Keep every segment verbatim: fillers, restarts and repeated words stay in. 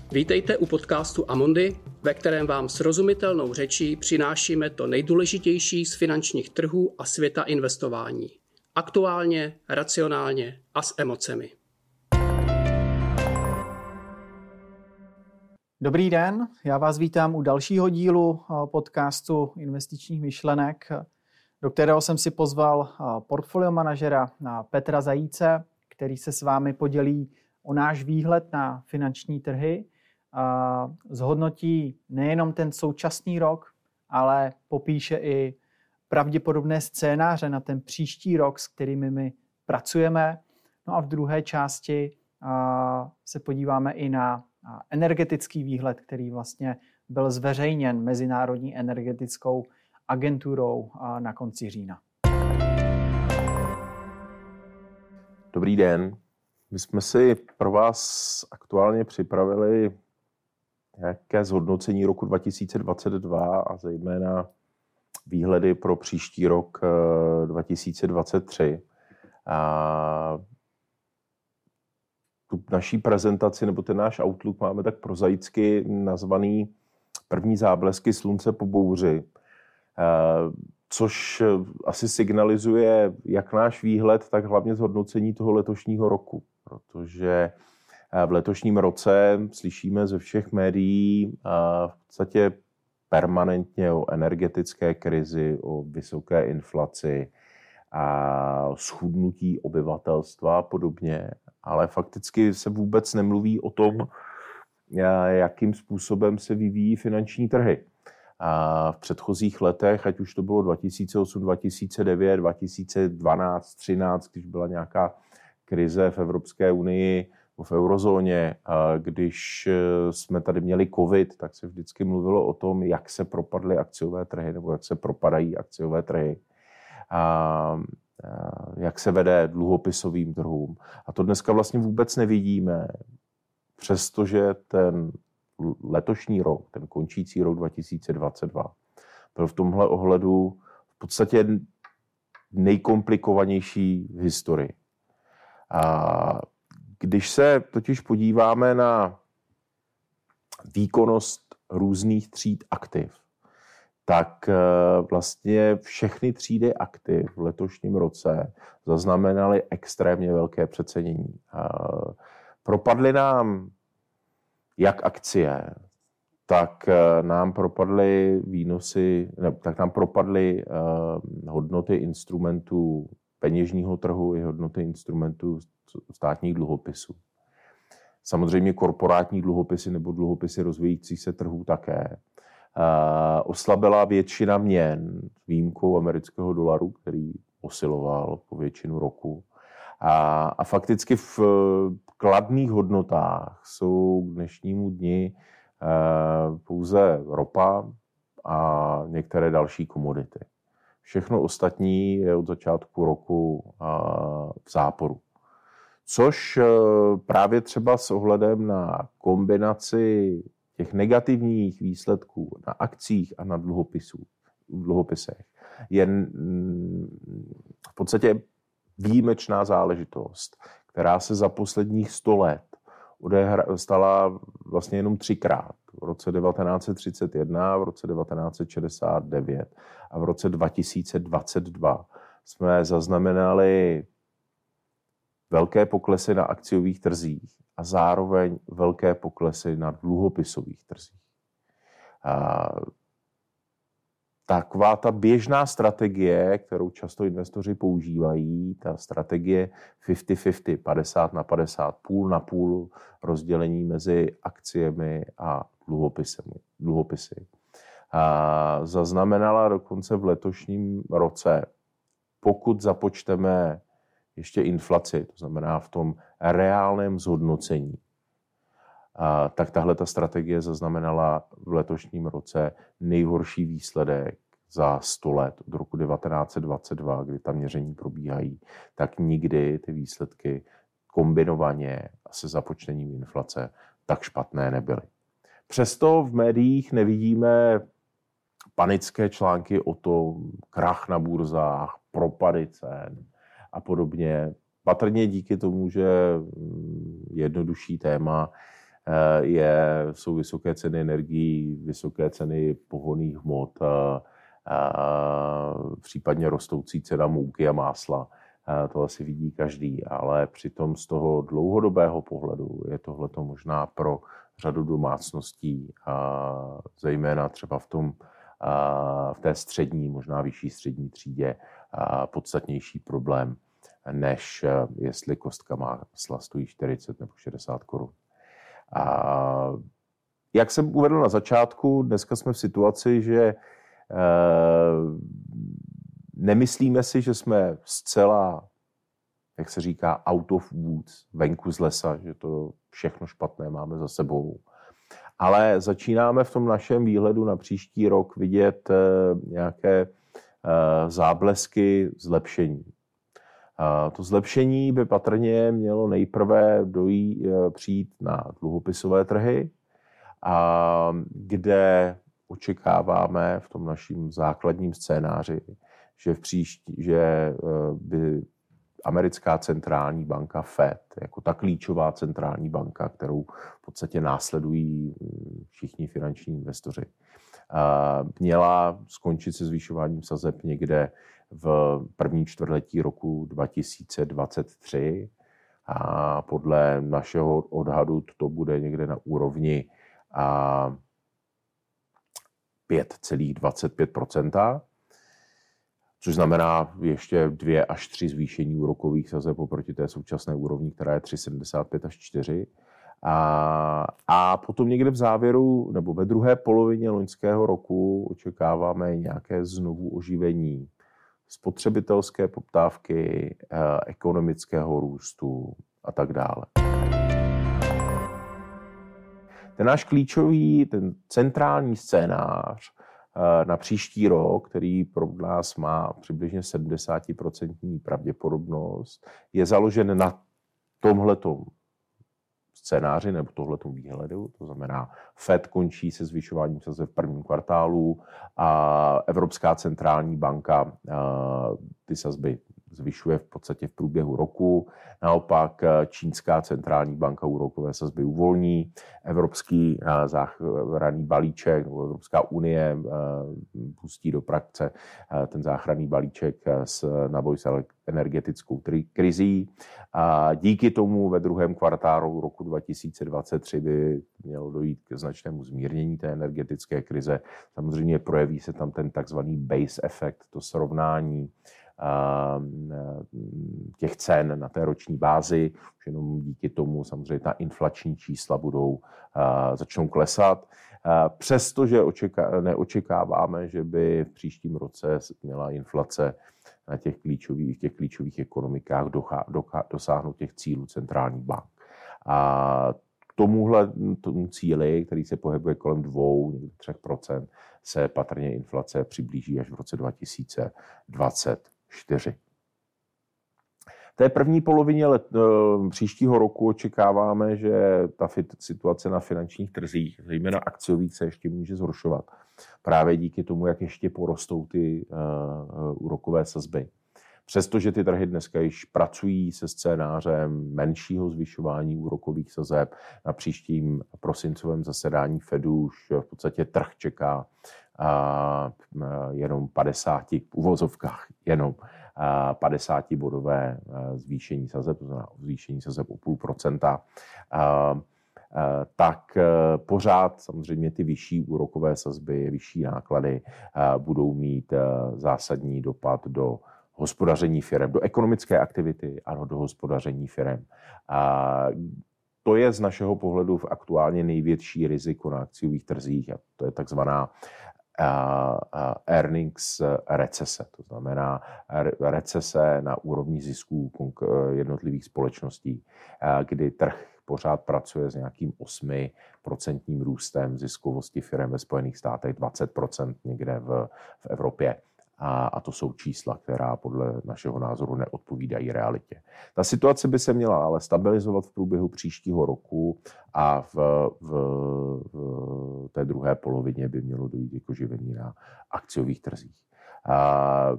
Vítejte u podcastu Amundi, ve kterém vám srozumitelnou řečí přinášíme to nejdůležitější z finančních trhů a světa investování. Aktuálně, racionálně a s emocemi. Dobrý den, já vás vítám u dalšího dílu podcastu Investičních myšlenek, do kterého jsem si pozval portfolio manažera Petra Zajíce, který se s vámi podělí o náš výhled na finanční trhy, zhodnotí nejenom ten současný rok, ale popíše i pravděpodobné scénáře na ten příští rok, s kterými my pracujeme. No a v druhé části se podíváme i na energetický výhled, který vlastně byl zveřejněn Mezinárodní energetickou agenturou na konci října. Dobrý den. My jsme si pro vás aktuálně připravili nějaké zhodnocení roku dva tisíce dvacet dva a zejména výhledy pro příští rok dva tisíce dvacet tři. A tu naší prezentaci nebo ten náš outlook máme tak prozaicky nazvaný První záblesky slunce po bouři, což asi signalizuje jak náš výhled, tak hlavně zhodnocení toho letošního roku, protože v letošním roce slyšíme ze všech médií v podstatě permanentně o energetické krizi, o vysoké inflaci a schudnutí obyvatelstva a podobně, ale fakticky se vůbec nemluví o tom, jakým způsobem se vyvíjí finanční trhy. A v předchozích letech, ať už to bylo dva tisíce osm, dva tisíce devět, dva tisíce dvanáct, třináct, když byla nějaká krize v Evropské unii, v eurozóně, když jsme tady měli covid, tak se vždycky mluvilo o tom, jak se propadly akciové trhy nebo jak se propadají akciové trhy. A jak se vede dluhopisovým trhům. A to dneska vlastně vůbec nevidíme, přestože ten letošní rok, ten končící rok dva tisíce dvacet dva, byl v tomhle ohledu v podstatě nejkomplikovanější v historii. A když se totiž podíváme na výkonnost různých tříd aktiv, tak vlastně všechny třídy aktiv v letošním roce zaznamenaly extrémně velké přecenění. Propadly nám jak akcie, tak nám propadly výnosy, ne, tak nám propadly hodnoty instrumentů peněžního trhu i hodnoty instrumentů státních dluhopisů. Samozřejmě korporátní dluhopisy nebo dluhopisy rozvíjících se trhů také. Uh, oslabila většina měn s výjimkou amerického dolaru, který osiloval po většinu roku. A, a fakticky v kladných hodnotách jsou k dnešnímu dni uh, pouze ropa a některé další komodity. Všechno ostatní je od začátku roku uh, v záporu. Což uh, právě třeba s ohledem na kombinaci těch negativních výsledků na akcích a na dluhopisů, dluhopisech je v podstatě výjimečná záležitost, která se za posledních sto let stala vlastně jenom třikrát. V roce devatenáct set třicet jedna, v roce devatenáct set šedesát devět a v roce dva tisíce dvacet dva jsme zaznamenali velké poklesy na akciových trzích a zároveň velké poklesy na dluhopisových trzích. A taková ta běžná strategie, kterou často investoři používají, ta strategie padesát na padesát, padesát na padesát, půl na půl rozdělení mezi akciemi a dluhopisy, a zaznamenala dokonce v letošním roce, pokud započteme ještě inflaci, to znamená v tom reálném zhodnocení, a tak tahle ta strategie zaznamenala v letošním roce nejhorší výsledek za sto let od roku devatenáct set dvacet dva, kdy ta měření probíhají, tak nikdy ty výsledky kombinovaně a se započtením inflace tak špatné nebyly. Přesto v médiích nevidíme panické články o tom, krach na burzách, propady cen a podobně. Patrně díky tomu, že jednodušší téma je, jsou vysoké ceny energií, vysoké ceny pohonných hmot, případně rostoucí cena mouky a másla. To asi vidí každý, ale přitom z toho dlouhodobého pohledu je tohleto možná pro řadu domácností, zejména třeba v tom, v té střední, možná vyšší střední třídě, podstatnější problém, než jestli kostka másla stojí čtyřicet nebo šedesát korun. A jak jsem uvedl na začátku, dneska jsme v situaci, že e, nemyslíme si, že jsme zcela, jak se říká, out of woods, venku z lesa, že to všechno špatné máme za sebou. Ale začínáme v tom našem výhledu na příští rok vidět e, nějaké e, záblesky zlepšení. To zlepšení by patrně mělo nejprve dojít, přijít na dluhopisové trhy, a kde očekáváme v tom naším základním scénáři, že, v příští, že by americká centrální banka Fed, jako ta klíčová centrální banka, kterou v podstatě následují všichni finanční investoři, měla skončit se zvyšováním sazeb někde v prvním čtvrtletí roku dva tisíce dvacet tři a podle našeho odhadu to bude někde na úrovni pět celá dvacet pět procenta, což znamená ještě dvě až tři zvýšení úrokových sazeb oproti té současné úrovni, která je tři celá sedmdesát pět až čtyři. A, a potom někde v závěru nebo ve druhé polovině loňského roku očekáváme nějaké znovu oživení spotřebitelské poptávky, ekonomického růstu a tak dále. Ten náš klíčový, ten centrální scénář na příští rok, který pro nás má přibližně sedmdesát procent pravděpodobnost, je založen na tomhletom scénáři nebo tohletom výhledu, to znamená Fed končí se zvyšováním sazeb v prvním kvartálu a Evropská centrální banka ty sazby zvyšuje v podstatě v průběhu roku. Naopak čínská centrální banka úrokové sazby uvolní, Evropský záchranný balíček nebo Evropská unie pustí do praxe ten záchranný balíček na boj s energetickou krizí. A díky tomu ve druhém kvartálu roku dva tisíce dvacet tři by mělo dojít k značnému zmírnění té energetické krize. Samozřejmě projeví se tam ten takzvaný base efekt, to srovnání těch cen na té roční bázi, už jenom díky tomu samozřejmě ta inflační čísla budou, začnou klesat. Přestože očeká, neočekáváme, že by v příštím roce měla inflace na těch klíčových, těch klíčových ekonomikách dochá, dochá, dosáhnout těch cílů centrální bank. A k tomuhle tomu cíli, který se pohybuje kolem dvou, někdy třech procent, se patrně inflace přiblíží až v roce dva tisíce dvacet čtyři. V té první polovině let, příštího roku očekáváme, že ta situace na finančních trzích, zejména akciových, se ještě může zhoršovat. Právě díky tomu, jak ještě porostou ty uh, úrokové sazby. Přestože ty trhy dneska již pracují se scénářem menšího zvyšování úrokových sazeb, na příštím prosincovém zasedání Fedu už v podstatě trh čeká a jenom padesáti v uvozovkách, jenom padesátibodové zvýšení sazeb, to znamená zvýšení sazeb o půl procenta, tak pořád samozřejmě ty vyšší úrokové sazby, vyšší náklady budou mít zásadní dopad do hospodaření firem, do ekonomické aktivity, ano, do hospodaření firem. To je z našeho pohledu v aktuálně největší riziko na akciových trzích a to je takzvaná earnings recese, to znamená recese na úrovni zisků jednotlivých společností, kdy trh pořád pracuje s nějakým osmi procentním růstem ziskovosti firem ve Spojených státech, dvacet procent někde v, v Evropě. A, a to jsou čísla, která podle našeho názoru neodpovídají realitě. Ta situace by se měla ale stabilizovat v průběhu příštího roku a v, v, v té druhé polovině by mělo dojít k oživení na akciových trzích. A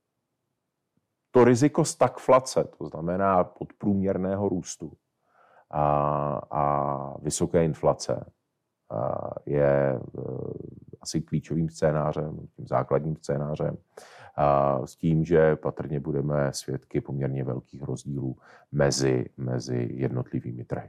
to riziko stagflace, to znamená podprůměrného růstu, a, a vysoké inflace je asi klíčovým scénářem, tím základním scénářem, s tím, že patrně budeme svědky poměrně velkých rozdílů mezi, mezi jednotlivými trhy.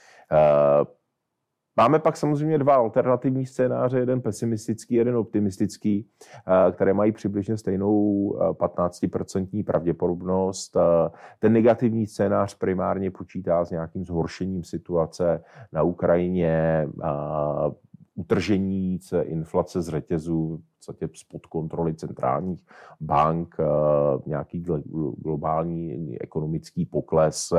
Máme pak samozřejmě dva alternativní scénáře, jeden pesimistický, jeden optimistický, které mají přibližně stejnou patnáctiprocentní pravděpodobnost. Ten negativní scénář primárně počítá s nějakým zhoršením situace na Ukrajině, utržení se inflace z řetězu, spod kontroly centrálních bank, nějaký globální ekonomický pokles,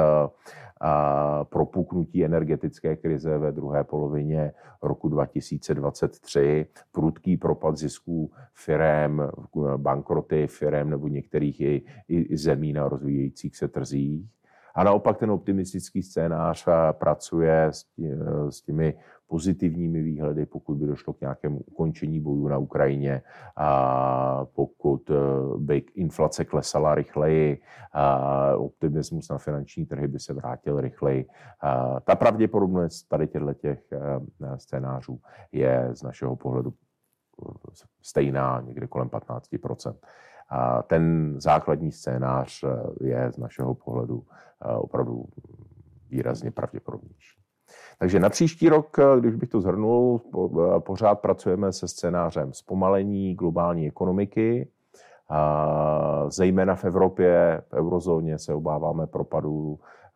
propuknutí energetické krize ve druhé polovině roku dva tisíce dvacet tři, prudký propad zisků firem, bankroty firem nebo některých i, i zemí na rozvíjejících se trzích. A naopak ten optimistický scénář pracuje s, tí, s těmi pozitivními výhledy, pokud by došlo k nějakému ukončení bojů na Ukrajině, a pokud by inflace klesala rychleji, a optimismus na finanční trhy by se vrátil rychleji. A ta pravděpodobnost tady těchto scénářů je z našeho pohledu stejná, někde kolem patnáct procent. A ten základní scénář je z našeho pohledu opravdu výrazně pravděpodobnější. Takže na příští rok, když bych to shrnul, pořád pracujeme se scénářem zpomalení globální ekonomiky. Zejména v Evropě, v eurozóně se obáváme propadu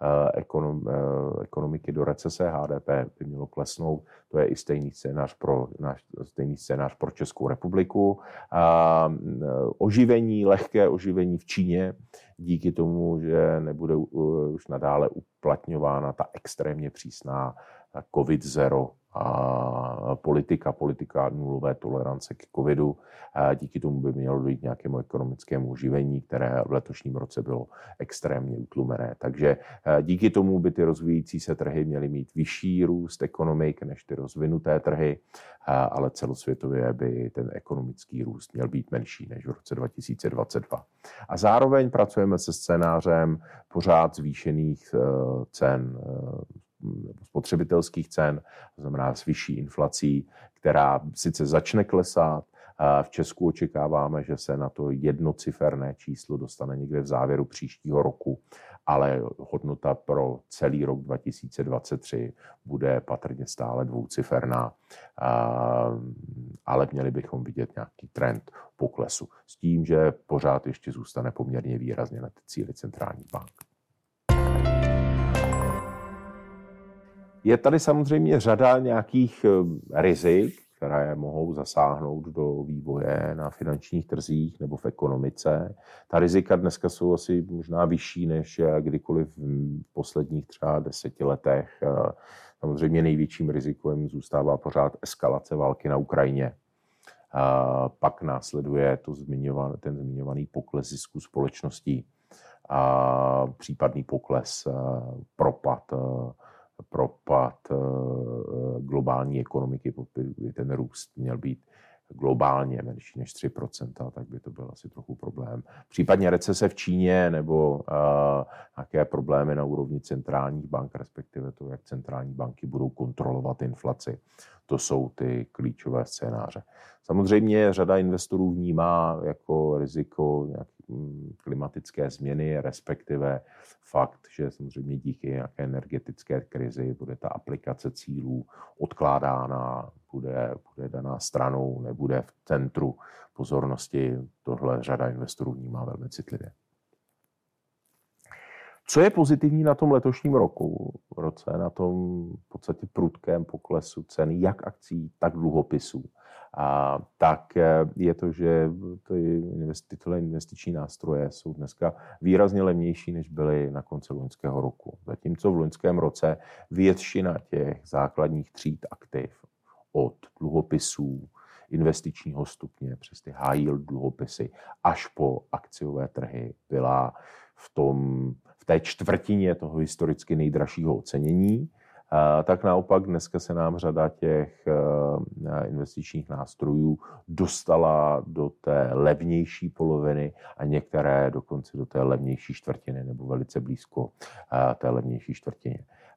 ekonomiky do recese, H D P by mělo klesnout. To je i stejný scénář pro, náš, stejný scénář pro Českou republiku. A oživení, lehké oživení v Číně, díky tomu, že nebude už nadále uplatňována ta extrémně přísná COVID zero a politika, politika nulové tolerance k covidu. A díky tomu by mělo dojít nějakému ekonomickému oživení, které v letošním roce bylo extrémně utlumené. Takže díky tomu by ty rozvíjící se trhy měly mít vyšší růst ekonomik než ty rozvinuté trhy, ale celosvětově by ten ekonomický růst měl být menší než v roce dva tisíce dvacet dva. A zároveň pracujeme se scénářem pořád zvýšených cen, spotřebitelských cen, to znamená s vyšší inflací, která sice začne klesat. V Česku očekáváme, že se na to jednociferné číslo dostane někde v závěru příštího roku, ale hodnota pro celý rok dva tisíce dvacet tři bude patrně stále dvouciferná, ale měli bychom vidět nějaký trend poklesu s tím, že pořád ještě zůstane poměrně výrazně na ty cíli centrální bank. Je tady samozřejmě řada nějakých rizik, které mohou zasáhnout do vývoje na finančních trzích nebo v ekonomice. Ta rizika dneska jsou asi možná vyšší než kdykoliv v posledních třeba deseti letech. Samozřejmě největším rizikem zůstává pořád eskalace války na Ukrajině. A pak následuje to zmiňovaný, ten zmiňovaný pokles zisku společností, a případný pokles, propad propad globální ekonomiky, pokud by ten růst měl být globálně menší než tři procenta, tak by to byl asi trochu problém. Případně recese v Číně nebo uh, nějaké problémy na úrovni centrálních bank, respektive to, jak centrální banky budou kontrolovat inflaci. To jsou ty klíčové scénáře. Samozřejmě řada investorů vnímá jako riziko nějaké klimatické změny, respektive fakt, že samozřejmě díky nějaké energetické krizi bude ta aplikace cílů odkládána, bude, bude daná stranou, nebude v centru pozornosti. Tohle řada investorů vnímá velmi citlivě. Co je pozitivní na tom letošním roku, v roce, na tom v podstatě prudkém poklesu cen jak akcí, tak dluhopisů, a tak je to, že tyhle investiční nástroje jsou dneska výrazně levnější, než byly na konci loňského roku. Zatímco v loňském roce většina těch základních tříd aktiv od dluhopisů, investičního stupně přes ty high yield dluhopisy až po akciové trhy byla v tom v té čtvrtině toho historicky nejdražšího ocenění, tak naopak dneska se nám řada těch investičních nástrojů dostala do té levnější poloviny a některé dokonce do té levnější čtvrtiny nebo velice blízko té levnější čtvrtině.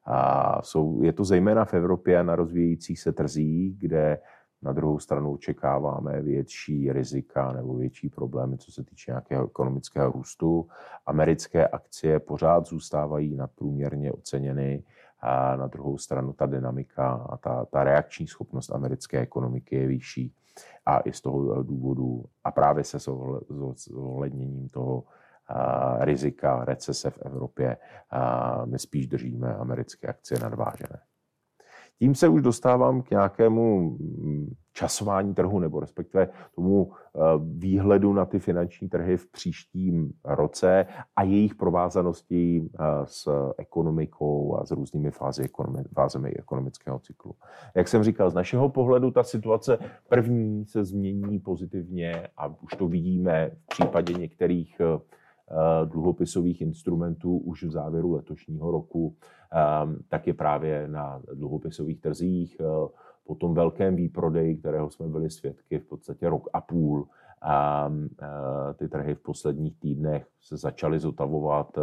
A jsou, je to zejména v Evropě a na rozvíjejících se trzích, kde na druhou stranu očekáváme větší rizika nebo větší problémy, co se týče nějakého ekonomického růstu. Americké akcie pořád zůstávají nadprůměrně oceněny a na druhou stranu ta dynamika a ta, ta reakční schopnost americké ekonomiky je vyšší. A i z toho důvodu, a právě se zohledněním toho a, rizika recese v Evropě, a, my spíš držíme americké akcie nadvážené. Tím se už dostávám k nějakému časování trhu, nebo respektive tomu výhledu na ty finanční trhy v příštím roce a jejich provázanosti s ekonomikou a s různými fázemi ekonomického cyklu. Jak jsem říkal, z našeho pohledu ta situace první se změní pozitivně a už to vidíme v případě některých dluhopisových instrumentů už v závěru letošního roku, tak je právě na dluhopisových trzích. Po tom velkém výprodeji, kterého jsme byli svědky v podstatě rok a půl, a ty trhy v posledních týdnech se začaly zotavovat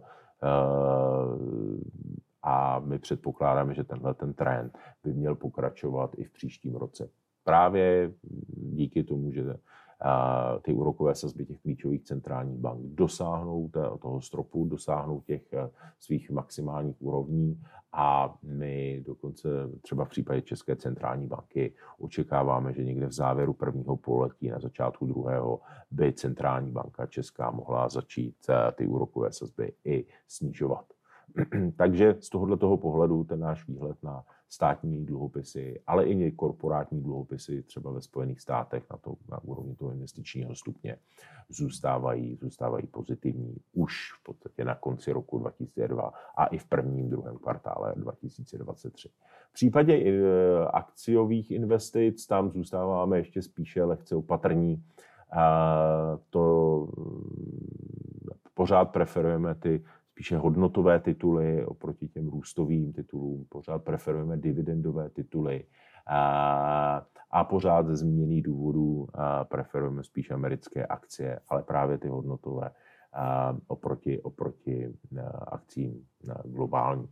a my předpokládáme, že tenhle ten trend by měl pokračovat i v příštím roce. Právě díky tomu, že ty úrokové sazby těch klíčových centrálních bank dosáhnou toho stropu, dosáhnou těch svých maximálních úrovní a my dokonce třeba v případě České centrální banky očekáváme, že někde v závěru prvního pololetí, na začátku druhého, by centrální banka česká mohla začít ty úrokové sazby i snižovat. Takže z tohoto pohledu ten náš výhled na státní dluhopisy, ale i korporátní dluhopisy třeba ve Spojených státech na, to, na úrovni toho investičního stupně zůstávají, zůstávají pozitivní už v podstatě na konci roku dva tisíce dva a i v prvním, druhém kvartále dva tisíce dvacet tři. V případě akciových investic tam zůstáváme ještě spíše lehce opatrní. To pořád preferujeme ty spíše hodnotové tituly oproti těm růstovým titulům. Pořád preferujeme dividendové tituly a, a pořád ze zmíněných důvodů preferujeme spíš americké akcie, ale právě ty hodnotové a, oproti, oproti akcím globálním.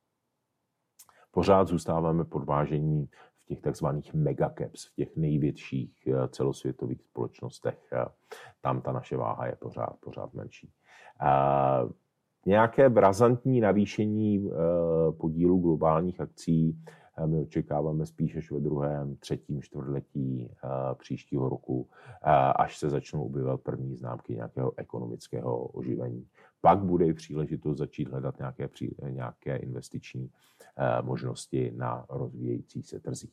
Pořád zůstáváme podvážení v těch takzvaných megacaps, v těch největších celosvětových společnostech. Tam ta naše váha je pořád, pořád menší. A, Nějaké razantní navýšení podílu globálních akcí my očekáváme spíš až ve druhém, třetím čtvrtletí příštího roku, až se začnou objevovat první známky nějakého ekonomického oživení. Pak bude i příležitost začít hledat nějaké, nějaké investiční možnosti na rozvíjejících se trzích.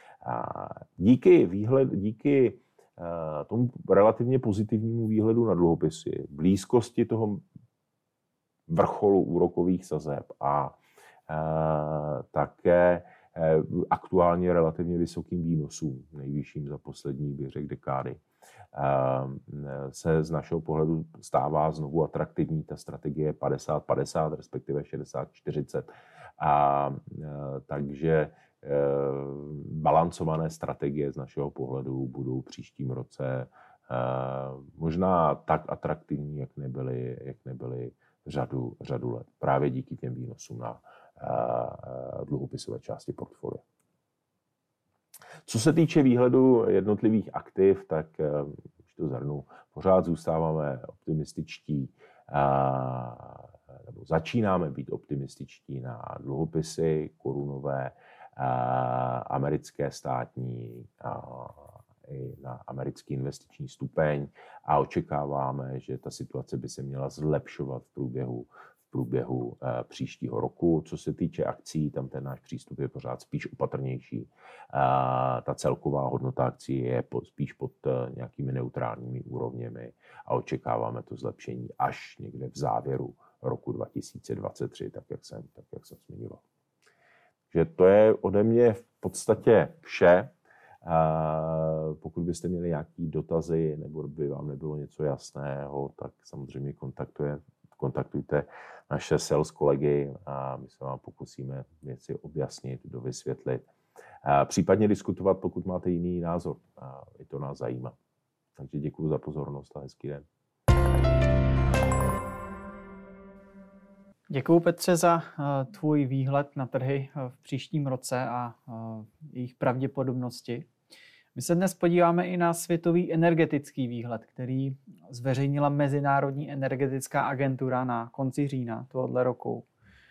Díky, výhled, díky tomu relativně pozitivnímu výhledu na dluhopisy, blízkosti toho vrcholu úrokových sazeb a e, také e, aktuálně relativně vysokým výnosům, nejvyšším za poslední, bych řekl, dekády, e, se z našeho pohledu stává znovu atraktivní ta strategie padesát padesát, respektive šedesát čtyřicet. A e, takže e, balancované strategie z našeho pohledu budou v příštím roce e, možná tak atraktivní, jak nebyly, jak nebyly Řadu, řadu let. Právě díky těm výnosům na uh, dluhopisové části portfolia. Co se týče výhledu jednotlivých aktiv, tak uh, už to zhrnu, pořád zůstáváme optimističtí, uh, nebo začínáme být optimističtí na dluhopisy korunové, uh, americké státní, uh, i na americký investiční stupeň a očekáváme, že ta situace by se měla zlepšovat v průběhu, v průběhu e, příštího roku. Co se týče akcí, tam ten náš přístup je pořád spíš opatrnější. E, ta celková hodnota akcí je pod, spíš pod e, nějakými neutrálními úrovněmi a očekáváme to zlepšení až někde v závěru roku dva tisíce dvacet tři, tak jak jsem, tak jak jsem zmiňoval. Takže to je ode mě v podstatě vše. Uh, pokud byste měli nějaké dotazy nebo by vám nebylo něco jasného, tak samozřejmě kontaktuje, kontaktujte naše sales kolegy a my se vám pokusíme věci objasnit, dovysvětlit. Uh, případně diskutovat, pokud máte jiný názor. Uh, I to nás zajímá. Takže děkuji za pozornost a hezký den. Děkuji, Petře, za tvůj výhled na trhy v příštím roce a jejich pravděpodobnosti. My se dnes podíváme i na světový energetický výhled, který zveřejnila Mezinárodní energetická agentura na konci října tohoto roku.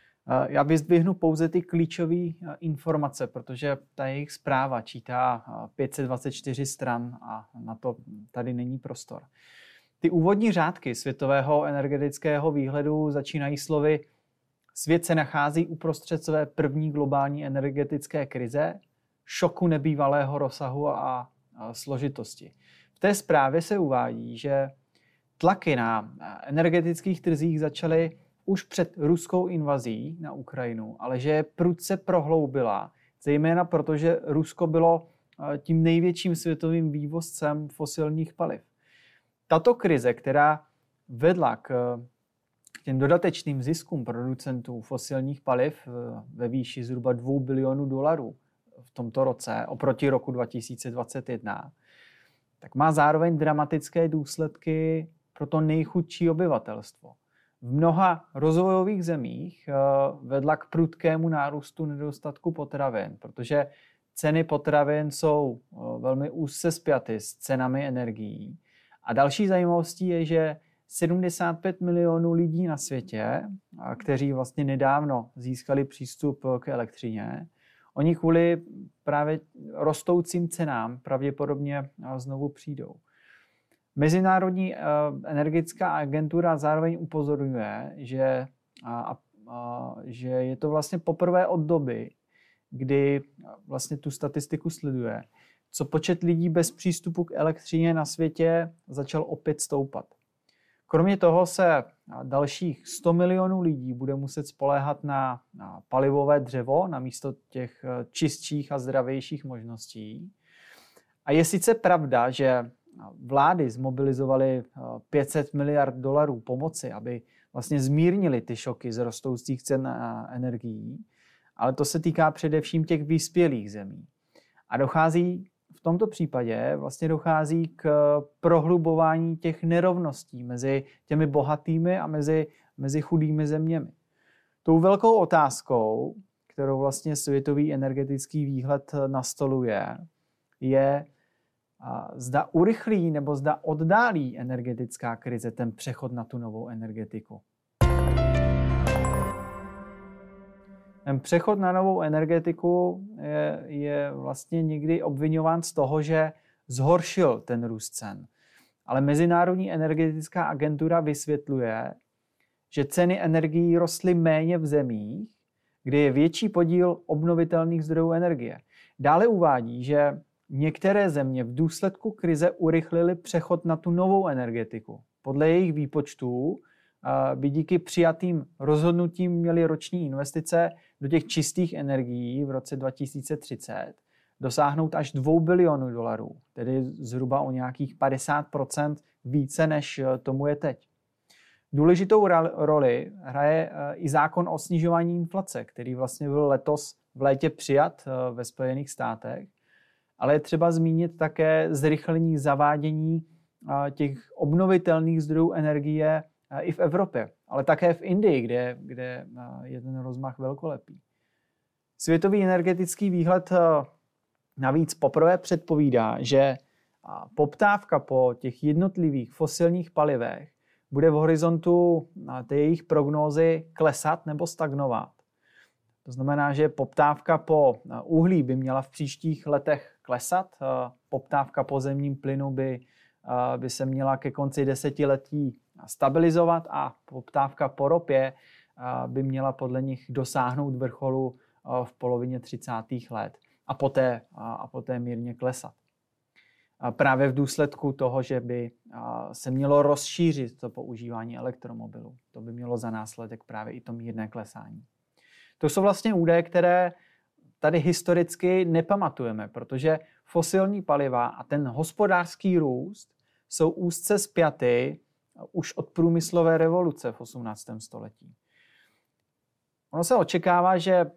Já vyzdvihnu pouze ty klíčové informace, protože ta jejich zpráva čítá pět set dvacet čtyři stran a na to tady není prostor. Ty úvodní řádky světového energetického výhledu začínají slovy: svět se nachází uprostřed své první globální energetické krize, šoku nebývalého rozsahu a složitosti. V té zprávě se uvádí, že tlaky na energetických trzích začaly už před ruskou invazí na Ukrajinu, ale že je prudce prohloubila, zejména protože Rusko bylo tím největším světovým vývozcem fosilních paliv. Tato krize, která vedla k těm dodatečným ziskům producentů fosilních paliv ve výši zhruba dvou bilionů dolarů v tomto roce oproti roku dva tisíce dvacet jedna, tak má zároveň dramatické důsledky pro to nejchudší obyvatelstvo. V mnoha rozvojových zemích vedla k prudkému nárůstu nedostatku potravin, protože ceny potravin jsou velmi úzce spjaty s cenami energií. A další zajímavostí je, že sedmdesát pět milionů lidí na světě, kteří vlastně nedávno získali přístup k elektřině, oni kvůli právě rostoucím cenám pravděpodobně znovu přijdou. Mezinárodní energetická agentura zároveň upozorňuje, že, a, a, že je to vlastně poprvé od doby, kdy vlastně tu statistiku sleduje, co počet lidí bez přístupu k elektřině na světě začal opět stoupat. Kromě toho se dalších sto milionů lidí bude muset spoléhat na, na palivové dřevo namísto těch čistších a zdravějších možností. A je sice pravda, že vlády zmobilizovaly pět set miliard dolarů pomoci, aby vlastně zmírnili ty šoky z rostoucích cen energií, ale to se týká především těch vyspělých zemí. A dochází v tomto případě vlastně dochází k prohlubování těch nerovností mezi těmi bohatými a mezi, mezi chudými zeměmi. Tou velkou otázkou, kterou vlastně světový energetický výhled nastoluje, je, zda urychlí nebo zda oddálí energetická krize ten přechod na tu novou energetiku. Ten přechod na novou energetiku je, je vlastně někdy obviňován z toho, že zhoršil ten růst cen. Ale Mezinárodní energetická agentura vysvětluje, že ceny energií rostly méně v zemích, kde je větší podíl obnovitelných zdrojů energie. Dále uvádí, že některé země v důsledku krize urychlily přechod na tu novou energetiku. Podle jejich výpočtů by díky přijatým rozhodnutím měly roční investice do těch čistých energií v roce dva tisíce třicet dosáhnout až dvou bilionů dolarů, tedy zhruba o nějakých padesát procent více, než tomu je teď. Důležitou roli hraje i zákon o snižování inflace, který vlastně byl letos v létě přijat ve Spojených státech, ale je třeba zmínit také zrychlení zavádění těch obnovitelných zdrojů energie i v Evropě, ale také v Indii, kde, kde je ten rozmach velkolepý. Světový energetický výhled navíc poprvé předpovídá, že poptávka po těch jednotlivých fosilních palivech bude v horizontu té jejich prognózy klesat nebo stagnovat. To znamená, že poptávka po uhlí by měla v příštích letech klesat, poptávka po zemním plynu by, by se měla ke konci desetiletí stabilizovat a poptávka po ropě by měla podle nich dosáhnout vrcholu v polovině třicátých let a poté, a poté mírně klesat. A právě v důsledku toho, že by se mělo rozšířit to používání elektromobilů. To by mělo za následek právě i to mírné klesání. To jsou vlastně údaje, které tady historicky nepamatujeme, protože fosilní paliva a ten hospodářský růst jsou úzce spjaty už od průmyslové revoluce v osmnáctém století. Ono se očekává, že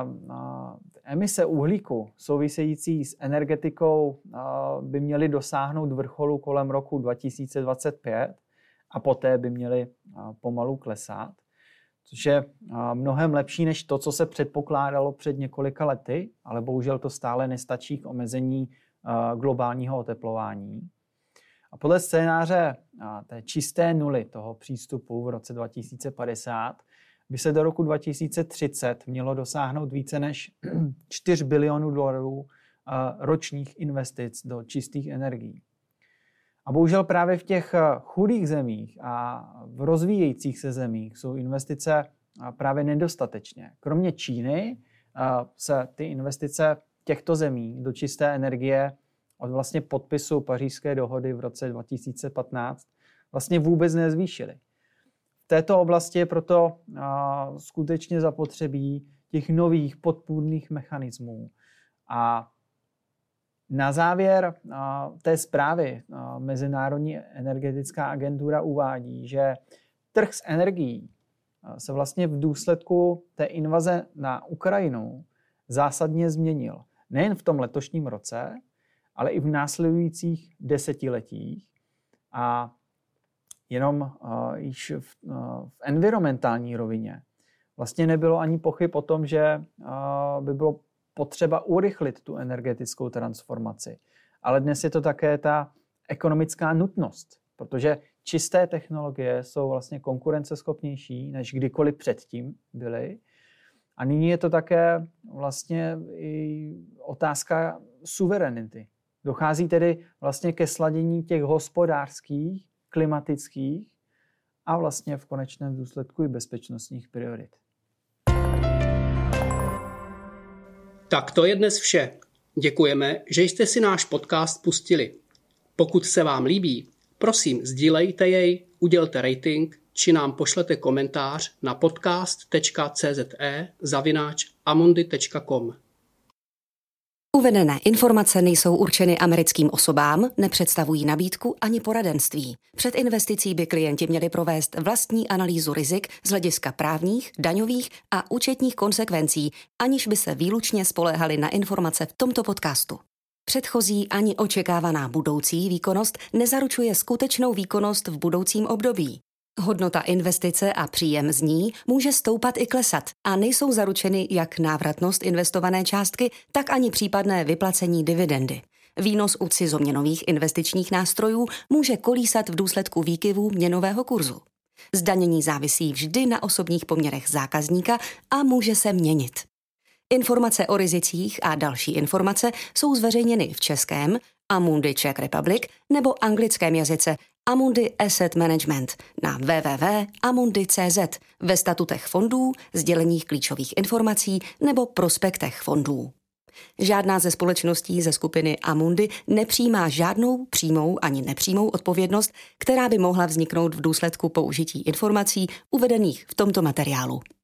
emise uhlíku související s energetikou by měly dosáhnout vrcholu kolem roku dva tisíce dvacet pět a poté by měly pomalu klesat. což je mnohem lepší než to, co se předpokládalo před několika lety, ale bohužel to stále nestačí k omezení globálního oteplování. A podle scénáře té čisté nuly toho přístupu v roce dva tisíce padesát by se do roku dva tisíce třicet mělo dosáhnout více než čtyři bilionů dolarů ročních investic do čistých energií. A bohužel právě v těch chudých zemích a v rozvíjejících se zemích jsou investice právě nedostatečné. Kromě Číny se ty investice těchto zemí do čisté energie od vlastně podpisu Pařížské dohody v roce dva tisíce patnáct vlastně vůbec nezvýšily. V této oblasti je proto skutečně zapotřebí těch nových podpůrných mechanismů. A na závěr té zprávy Mezinárodní energetická agentura uvádí, že trh s energií se vlastně v důsledku té invaze na Ukrajinu zásadně změnil. Nejen v tom letošním roce, ale i v následujících desetiletích. A jenom uh, již v, uh, v environmentální rovině vlastně nebylo ani pochyb o tom, že uh, by bylo potřeba urychlit tu energetickou transformaci. Ale dnes je to také ta ekonomická nutnost, protože čisté technologie jsou vlastně konkurenceschopnější, než kdykoliv předtím byly. A nyní je to také vlastně i otázka suverenity. Dochází tedy vlastně ke sladění těch hospodářských, klimatických a vlastně v konečném důsledku i bezpečnostních priorit. Tak to je dnes vše. Děkujeme, že jste si náš podcast pustili. Pokud se vám líbí, prosím sdílejte jej, udělte rating či nám pošlete komentář na podcast tečka cze zavináč amundi tečka com. Uvedené informace nejsou určeny americkým osobám, nepředstavují nabídku ani poradenství. Před investicí by klienti měli provést vlastní analýzu rizik z hlediska právních, daňových a účetních konsekvencí, aniž by se výlučně spoléhali na informace v tomto podcastu. Předchozí ani očekávaná budoucí výkonnost nezaručuje skutečnou výkonnost v budoucím období. Hodnota investice a příjem z ní může stoupat i klesat a nejsou zaručeny jak návratnost investované částky, tak ani případné vyplacení dividendy. Výnos u cizoměnových investičních nástrojů může kolísat v důsledku výkyvů měnového kurzu. Zdanění závisí vždy na osobních poměrech zákazníka a může se měnit. Informace o rizicích a další informace jsou zveřejněny v českém Amundi Czech Republic nebo anglickém jazyce Amundi Asset Management na w w w tečka amundi tečka cz ve statutech fondů, sděleních klíčových informací nebo prospektech fondů. Žádná ze společností ze skupiny Amundi nepřijímá žádnou přímou ani nepřímou odpovědnost, která by mohla vzniknout v důsledku použití informací uvedených v tomto materiálu.